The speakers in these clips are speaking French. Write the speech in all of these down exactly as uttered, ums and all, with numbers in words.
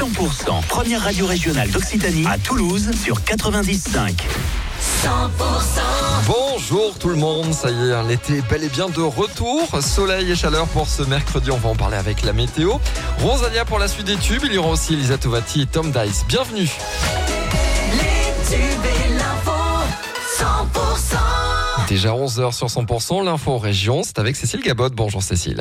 cent pour cent, première radio régionale d'Occitanie à Toulouse sur quatre-vingt-dix virgule cinq. cent pour cent. Bonjour tout le monde, ça y est, l'été est bel et bien de retour. Soleil et chaleur pour ce mercredi, on va en parler avec la météo. Rosalia pour la suite des tubes, il y aura aussi Elisa Tovati et Tom Dice. Bienvenue. Les tubes et l'info, cent pour cent. Déjà onze heures sur cent pour cent, l'info région, c'est avec Cécile Gabot. Bonjour Cécile.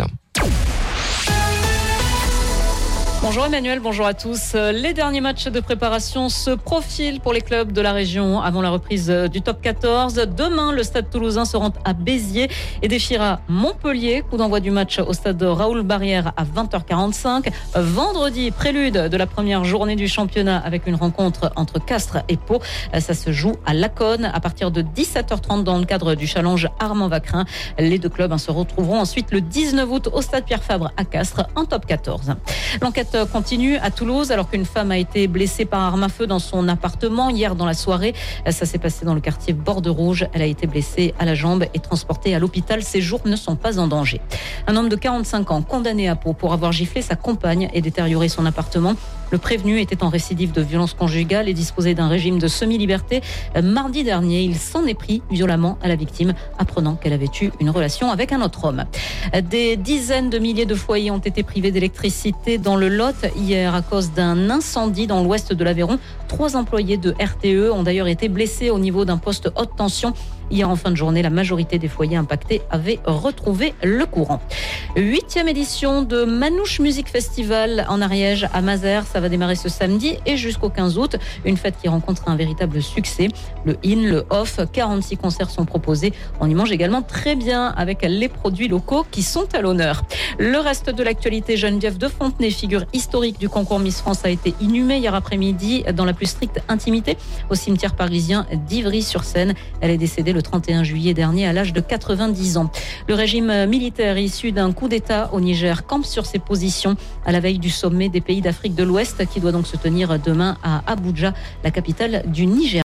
Bonjour Emmanuel, bonjour à tous. Les derniers matchs de préparation se profilent pour les clubs de la région avant la reprise du top quatorze. Demain, le Stade Toulousain se rend à Béziers et défiera Montpellier. Coup d'envoi du match au stade Raoul Barrière à vingt heures quarante-cinq. Vendredi, prélude de la première journée du championnat avec une rencontre entre Castres et Pau. Ça se joue à Laconne à partir de dix-sept heures trente dans le cadre du challenge Armand-Vacrin. Les deux clubs se retrouveront ensuite le dix-neuf août au stade Pierre-Fabre à Castres en top quatorze. L'enquête continue à Toulouse alors qu'une femme a été blessée par arme à feu dans son appartement hier dans la soirée. Ça s'est passé dans le quartier Borde-Rouge. Elle a été blessée à la jambe et transportée à l'hôpital. Ses jours ne sont pas en danger. Un homme de quarante-cinq ans condamné à Pau pour avoir giflé sa compagne et détérioré son appartement. Le prévenu était en récidive de violence conjugale et disposait d'un régime de semi-liberté. Mardi dernier, il s'en est pris violemment à la victime, apprenant qu'elle avait eu une relation avec un autre homme. Des dizaines de milliers de foyers ont été privés d'électricité dans le Lot hier à cause d'un incendie dans l'ouest de l'Aveyron. Trois employés de R T E ont d'ailleurs été blessés au niveau d'un poste haute tension. Hier en fin de journée, la majorité des foyers impactés avaient retrouvé le courant. Huitième édition de Manouche Music Festival en Ariège à Mazères. Ça va démarrer ce samedi et jusqu'au quinze août. Une fête qui rencontre un véritable succès. Le in, le off, quarante-six concerts sont proposés. On y mange également très bien avec les produits locaux qui sont à l'honneur. Le reste de l'actualité, Geneviève de Fontenay, figure historique du concours Miss France, a été inhumée hier après-midi dans la plus stricte intimité au cimetière parisien d'Ivry-sur-Seine. Elle est décédée le trente et un juillet dernier à l'âge de quatre-vingt-dix ans. Le régime militaire issu d'un coup d'État au Niger campe sur ses positions à la veille du sommet des pays d'Afrique de l'Ouest qui doit donc se tenir demain à Abuja, la capitale du Niger.